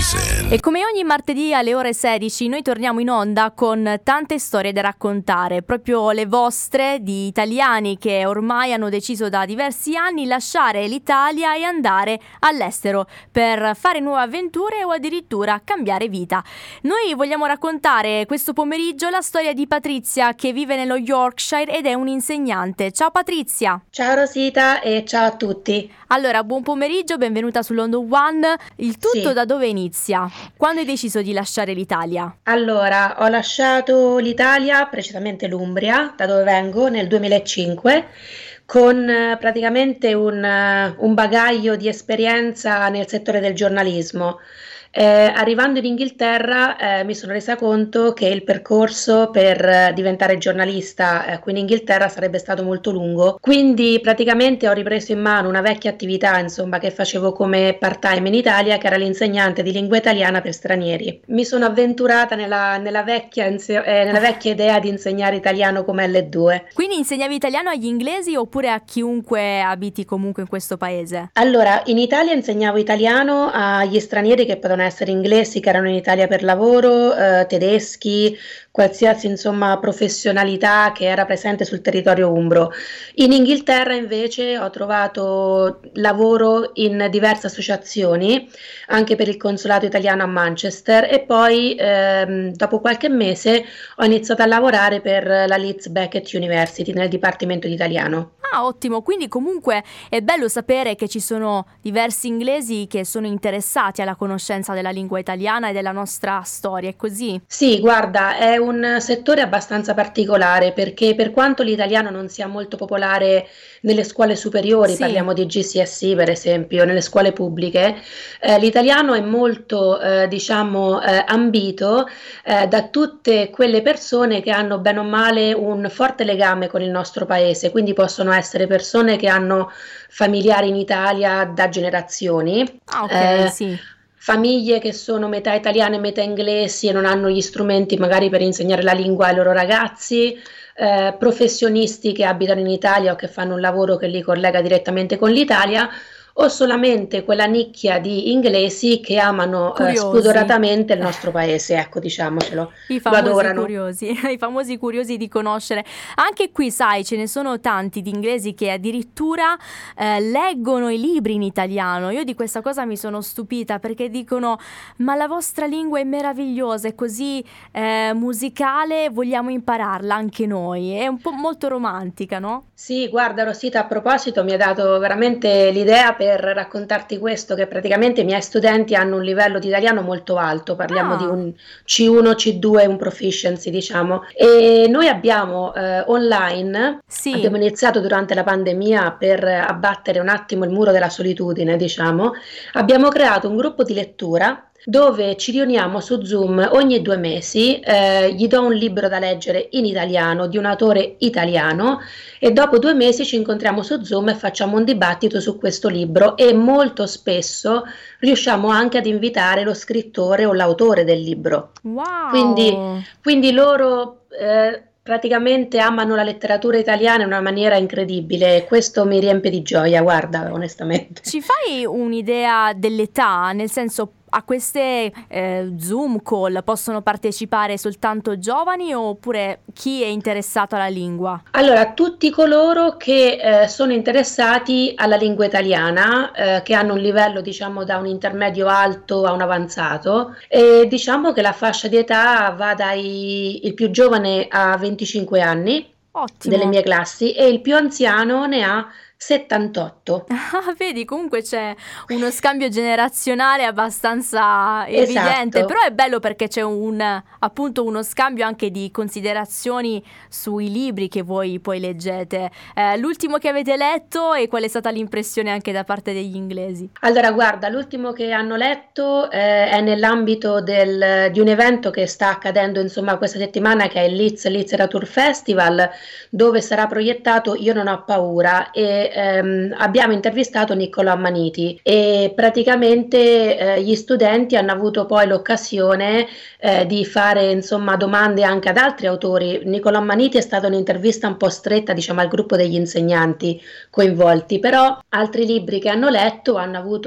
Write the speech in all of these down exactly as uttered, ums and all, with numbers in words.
season. E come ogni martedì alle ore sedici noi torniamo in onda con tante storie da raccontare, proprio le vostre, di italiani che ormai hanno deciso da diversi anni lasciare l'Italia e andare all'estero per fare nuove avventure o addirittura cambiare vita. Noi vogliamo raccontare questo pomeriggio la storia di Patrizia, che vive nello Yorkshire ed è un'insegnante. Ciao Patrizia! Ciao Rosita e ciao a tutti! Allora, buon pomeriggio, benvenuta su London One. Il tutto Sì. da dove inizia? Quando hai deciso di lasciare l'Italia? Allora, ho lasciato l'Italia, precisamente l'Umbria, da dove vengo, nel duemilacinque, con eh, praticamente un, eh, un bagaglio di esperienza nel settore del giornalismo. Eh, arrivando in Inghilterra eh, mi sono resa conto che il percorso per eh, diventare giornalista eh, qui in Inghilterra sarebbe stato molto lungo, quindi praticamente ho ripreso in mano una vecchia attività, insomma, che facevo come part-time in Italia, che era l'insegnante di lingua italiana per stranieri. Mi sono avventurata nella, nella, vecchia, inse- eh, nella vecchia idea di insegnare italiano come L due. Quindi insegnavi italiano agli inglesi oppure a chiunque abiti comunque in questo paese? Allora, in Italia insegnavo italiano agli stranieri che potevano essere inglesi, che erano in Italia per lavoro, eh, tedeschi, qualsiasi insomma professionalità che era presente sul territorio umbro. In Inghilterra invece ho trovato lavoro in diverse associazioni, anche per il consolato italiano a Manchester, e poi ehm, dopo qualche mese ho iniziato a lavorare per la Leeds Beckett University nel dipartimento di italiano. Ah, ottimo, quindi comunque è bello sapere che ci sono diversi inglesi che sono interessati alla conoscenza della lingua italiana e della nostra storia, è così? Sì, guarda, è un settore abbastanza particolare perché per quanto l'italiano non sia molto popolare nelle scuole superiori, Sì. parliamo di G C S E per esempio, nelle scuole pubbliche, eh, l'italiano è molto, eh, diciamo, eh, ambito eh, da tutte quelle persone che hanno bene o male un forte legame con il nostro paese, quindi possono essere persone che hanno familiari in Italia da generazioni. Ah, ok, eh, sì. Famiglie che sono metà italiane e metà inglesi e non hanno gli strumenti magari per insegnare la lingua ai loro ragazzi, eh, professionisti che abitano in Italia o che fanno un lavoro che li collega direttamente con l'Italia, o solamente quella nicchia di inglesi che amano eh, Curiosi. spudoratamente il nostro paese, ecco, diciamocelo, I lo famosi adorano. curiosi, i famosi curiosi di conoscere. Anche qui, sai, ce ne sono tanti di inglesi che addirittura eh, leggono i libri in italiano. Io di questa cosa mi sono stupita perché dicono: ma la vostra lingua è meravigliosa, è così eh, musicale, vogliamo impararla anche noi. È un po' molto romantica, no? Sì, guarda Rosita, a proposito mi ha dato veramente l'idea per raccontarti questo, che praticamente i miei studenti hanno un livello di italiano molto alto, parliamo Ah. di un C uno, C due, un proficiency diciamo, e noi abbiamo eh, online, Sì. abbiamo iniziato durante la pandemia per abbattere un attimo il muro della solitudine, diciamo, abbiamo creato un gruppo di lettura dove ci riuniamo su Zoom ogni due mesi, eh, gli do un libro da leggere in italiano di un autore italiano e dopo due mesi ci incontriamo su Zoom e facciamo un dibattito su questo libro e molto spesso riusciamo anche ad invitare lo scrittore o l'autore del libro. Wow. Quindi, quindi loro eh, praticamente amano la letteratura italiana in una maniera incredibile e questo mi riempie di gioia, guarda, onestamente. Ci fai un'idea dell'età? Nel senso, a queste eh, Zoom call possono partecipare soltanto giovani oppure chi è interessato alla lingua? Allora, tutti coloro che eh, sono interessati alla lingua italiana, eh, che hanno un livello diciamo da un intermedio alto a un avanzato, e diciamo che la fascia di età va dai il più giovane a venticinque anni Ottimo. delle mie classi e il più anziano ne ha settantotto. Ah, vedi, comunque c'è uno scambio generazionale abbastanza evidente, Esatto. però è bello perché c'è un appunto uno scambio anche di considerazioni sui libri che voi poi leggete. Eh, l'ultimo che avete letto e qual è stata l'impressione anche da parte degli inglesi? Allora, guarda, l'ultimo che hanno letto eh, è nell'ambito del- di un evento che sta accadendo insomma questa settimana, che è il Leeds Literature Festival, dove sarà proiettato Io non ho paura, e ehm, abbiamo intervistato Niccolò Ammaniti e praticamente eh, gli studenti hanno avuto poi l'occasione eh, di fare insomma domande anche ad altri autori. Niccolò Ammaniti è stata un'intervista un po' stretta, diciamo, al gruppo degli insegnanti coinvolti, però altri libri che hanno letto hanno avuto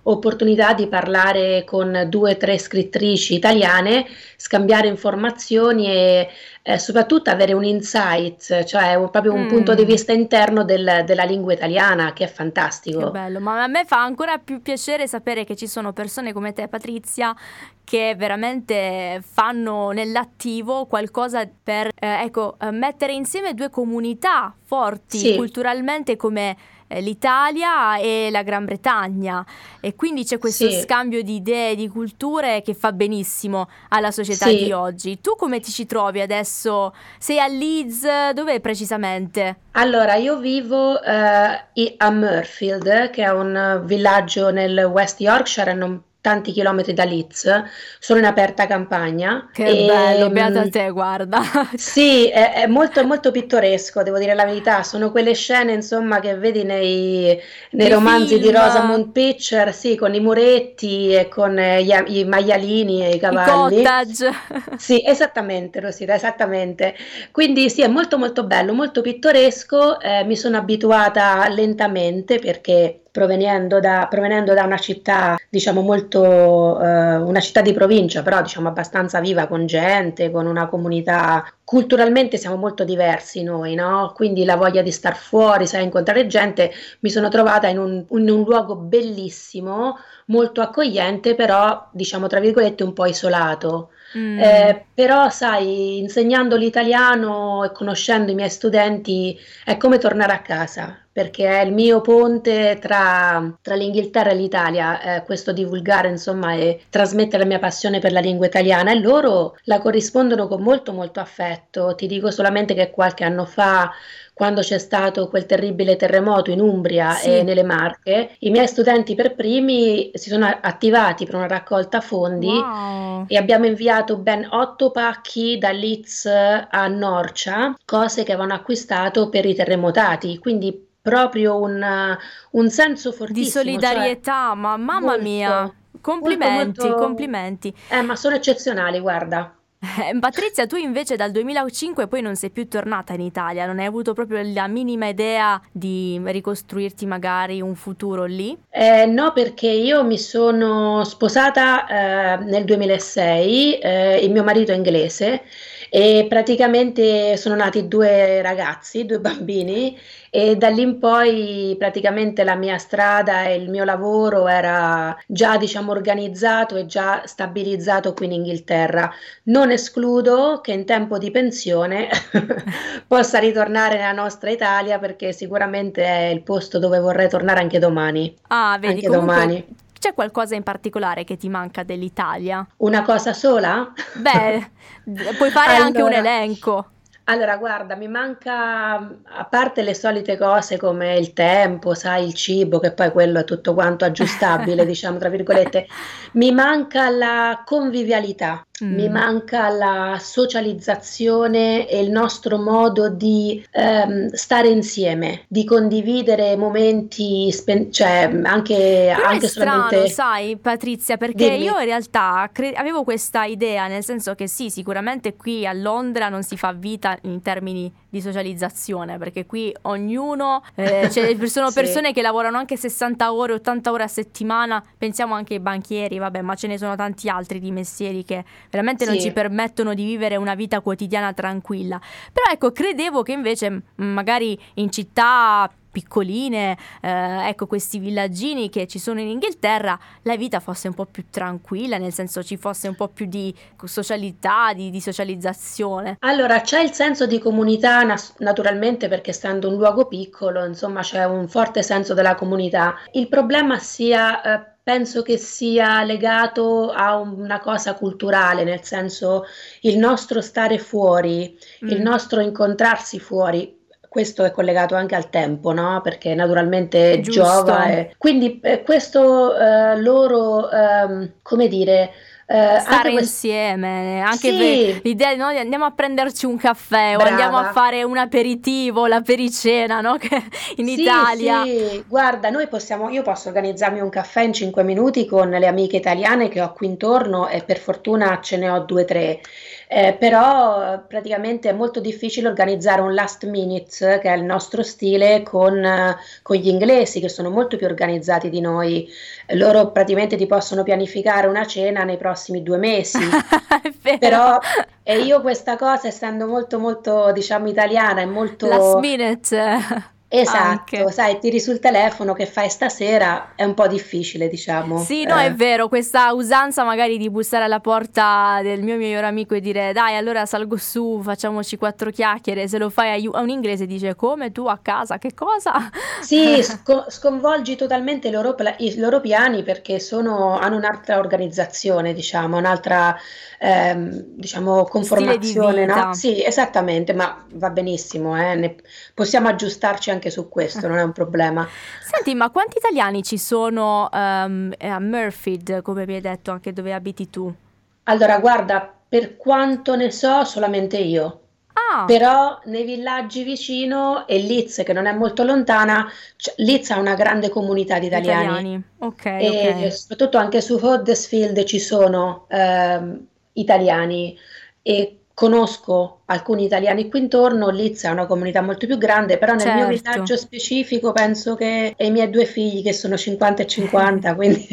opportunità di parlare con due o tre scrittrici italiane, scambiare informazioni e eh, soprattutto avere un insight, cioè un- proprio un punto di Mm. vista interno del- della lingua italiana, che è Che fantastico. bello, ma a me fa ancora più piacere sapere che ci sono persone come te, Patrizia, che veramente fanno nell'attivo qualcosa per, eh, ecco, eh, mettere insieme due comunità forti Sì, culturalmente come eh, l'Italia e la Gran Bretagna, e quindi c'è questo sì, scambio di idee, di culture che fa benissimo alla società di sì. oggi. Tu come ti ci trovi adesso? Sei a Leeds? Dove precisamente? Allora, io vivo eh, i- a Murfield, che è un eh, villaggio nel West Yorkshire, a non tanti chilometri da Leeds, sono in aperta campagna Che e bello, beata mh, te, guarda. sì, è, è molto, è molto pittoresco, devo dire la verità. Sono quelle scene, insomma, che vedi nei, nei Nei romanzi di film, Rosamund Picture, sì, con i muretti e con eh, gli a- i maialini e i i cavalli. cottage. Sì, esattamente, Rosita, esattamente. Quindi sì, è molto molto bello, molto pittoresco, eh, mi sono abituata lentamente perché proveniendo da, provenendo da una città, diciamo molto, eh, una città di provincia, però diciamo abbastanza viva con gente, con una comunità, culturalmente siamo molto diversi noi, no? Quindi la voglia di star fuori, sai, incontrare gente, mi sono trovata in un, in un luogo bellissimo, molto accogliente, però diciamo tra virgolette un po' isolato. Mm. Eh, però, sai, insegnando l'italiano e conoscendo i miei studenti è come tornare a casa, perché è il mio ponte tra, tra l'Inghilterra e l'Italia, eh, questo divulgare, insomma, e trasmettere la mia passione per la lingua italiana e loro la corrispondono con molto, molto affetto. Ti dico solamente che qualche anno fa, quando c'è stato quel terribile terremoto in Umbria e Sì, nelle Marche, i miei studenti per primi si sono attivati per una raccolta fondi wow. e abbiamo inviato ben otto pacchi da Leeds a Norcia, cose che avevano acquistato per i terremotati, quindi proprio un, un senso Di fortissimo, cioè solidarietà, ma mamma mia, molto, molto, complimenti, molto, complimenti. eh, ma sono eccezionali, guarda. Eh, Patrizia, tu invece dal duemilacinque poi non sei più tornata in Italia, non hai avuto proprio la minima idea di ricostruirti magari un futuro lì? Eh, no, perché io mi sono sposata eh, nel duemilasei, eh, il mio marito è inglese e praticamente sono nati due ragazzi, due bambini e da lì in poi praticamente la mia strada e il mio lavoro era già diciamo organizzato e già stabilizzato qui in Inghilterra. Non escludo che in tempo di pensione possa ritornare nella nostra Italia perché sicuramente è il posto dove vorrei tornare anche domani. Ah, vedi, Anche comunque domani. c'è qualcosa in particolare che ti manca dell'Italia? Una cosa sola? Beh, d- puoi fare anche un Allora, elenco. allora, guarda, mi manca, a parte le solite cose come il tempo, sai, il cibo, che poi quello è tutto quanto aggiustabile, diciamo, tra virgolette, mi manca la convivialità, mi Mm. manca la socializzazione e il nostro modo di ehm, stare insieme, di condividere momenti, spen- cioè anche, Però è anche strano, solamente, sai, Patrizia, perché io dimmi, in realtà cre- avevo questa idea, nel senso che sì, sicuramente qui a Londra non si fa vita in termini di socializzazione, perché qui ognuno, eh, cioè, ci sono sì, persone che lavorano anche sessanta ore, ottanta ore a settimana, pensiamo anche ai banchieri, vabbè, ma ce ne sono tanti altri di mestieri che veramente non ci sì. permettono di vivere una vita quotidiana tranquilla. Però ecco, credevo che invece m, magari in città piccoline, eh, ecco questi villaggini che ci sono in Inghilterra, la vita fosse un po' più tranquilla, nel senso ci fosse un po' più di socialità, di, di socializzazione. Allora, c'è il senso di comunità nas- naturalmente perché essendo un luogo piccolo, insomma, c'è un forte senso della comunità. Il problema sia, eh, penso che sia legato a una cosa culturale, nel senso il nostro stare fuori, il Mm, nostro incontrarsi fuori. Questo è collegato anche al tempo, no? Perché naturalmente giova giusto. e quindi eh, questo eh, loro, ehm, come dire, eh, anche Stare questo. insieme, anche per Sì, l'idea di noi andiamo a prenderci un caffè o andiamo a brava. fare un aperitivo, l'apericena, no? Che in Sì, Italia. sì, guarda, noi possiamo, io posso organizzarmi un caffè in cinque minuti con le amiche italiane che ho qui intorno e per fortuna ce ne ho due o tre. Eh, però eh, praticamente è molto difficile organizzare un last minute, che è il nostro stile, con, eh, con gli inglesi che sono molto più organizzati di noi. Loro praticamente ti possono pianificare una cena nei prossimi due mesi. È vero. Però e io questa cosa, essendo molto molto, diciamo, italiana e Last molto minute eh, esatto, anche. sai, tiri sul telefono che fai stasera, è un po' difficile, diciamo. Sì, no, è Eh, vero, questa usanza magari di bussare alla porta del mio migliore amico e dire dai, allora salgo su, facciamoci quattro chiacchiere, se lo fai a, a un inglese dice come tu a casa, che cosa? Sì, sco- sconvolgi totalmente i loro, pla- i loro piani perché sono- hanno un'altra organizzazione, diciamo, un'altra, ehm, diciamo, Stile di conformazione, no? vita. Sì, esattamente, ma va benissimo, eh, ne- possiamo aggiustarci anche su questo, non è un problema. Senti, ma quanti italiani ci sono ehm, a Murfield, come mi hai detto, anche dove abiti tu? Allora, guarda, per quanto ne so, solamente io. Ah, Però nei villaggi vicino e Leeds, che non è molto lontana, c- Leeds ha una grande comunità di di italiani italiani. Ok, e ok. soprattutto anche su Huddersfield ci sono ehm, italiani e conosco alcuni italiani qui intorno. Leeds è una comunità molto più grande, però nel mio Certo. villaggio specifico penso che e i miei due figli che sono cinquanta e cinquanta, quindi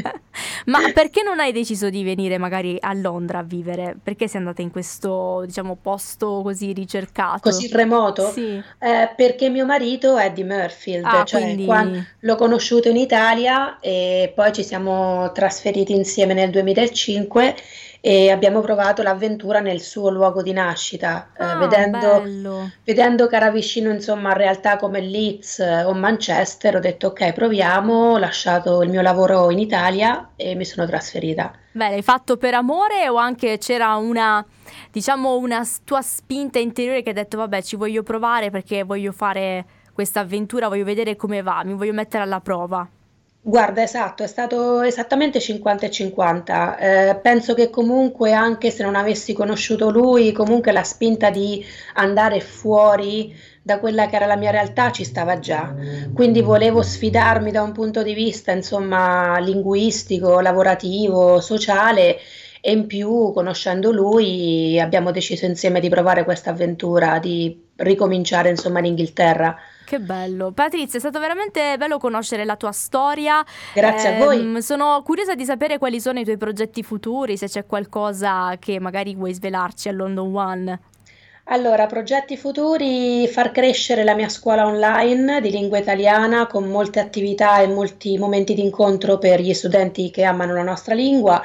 Ma perché non hai deciso di venire magari a Londra a vivere? Perché sei andata in questo, diciamo, posto così ricercato? così remoto. Sì. Eh, perché mio marito è di Murfield, Ah, cioè qua quindi l'ho conosciuto in Italia e poi ci siamo trasferiti insieme nel duemilacinque e abbiamo provato l'avventura nel suo luogo di nascita, eh, ah, vedendo, bello. vedendo che era vicino insomma a realtà come Leeds eh, o Manchester, ho detto ok, proviamo, ho lasciato il mio lavoro in Italia e mi sono trasferita. Beh, l'hai fatto per amore o anche c'era una, diciamo, una s- tua spinta interiore che hai detto, vabbè, ci voglio provare perché voglio fare questa avventura, voglio vedere come va, mi voglio mettere alla prova. Guarda, esatto, è stato esattamente cinquanta e cinquanta. Eh, penso che comunque, anche se non avessi conosciuto lui, comunque la spinta di andare fuori da quella che era la mia realtà ci stava già. Quindi volevo sfidarmi da un punto di vista, insomma, linguistico, lavorativo, sociale e in più, conoscendo lui, abbiamo deciso insieme di provare questa avventura, di ricominciare, insomma, in Inghilterra. Che bello. Patrizia, è stato veramente bello conoscere la tua storia. Grazie a voi. Ehm, sono curiosa di sapere quali sono i tuoi progetti futuri, se c'è qualcosa che magari vuoi svelarci a London One. Allora, progetti futuri, far crescere la mia scuola online di lingua italiana con molte attività e molti momenti di incontro per gli studenti che amano la nostra lingua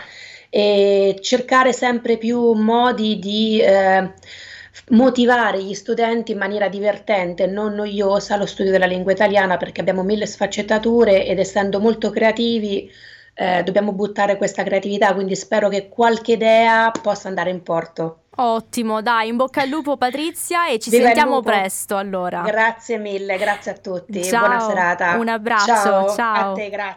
e cercare sempre più modi di eh, motivare gli studenti in maniera divertente, non noiosa, allo studio della lingua italiana perché abbiamo mille sfaccettature ed essendo molto creativi eh, dobbiamo buttare questa creatività, quindi spero che qualche idea possa andare in porto. Ottimo, dai, in bocca al lupo Patrizia e ci Viva il sentiamo lupo! presto allora. Grazie mille, grazie a tutti, buona Ciao, un serata. abbraccio, Ciao, a ciao. te, grazie.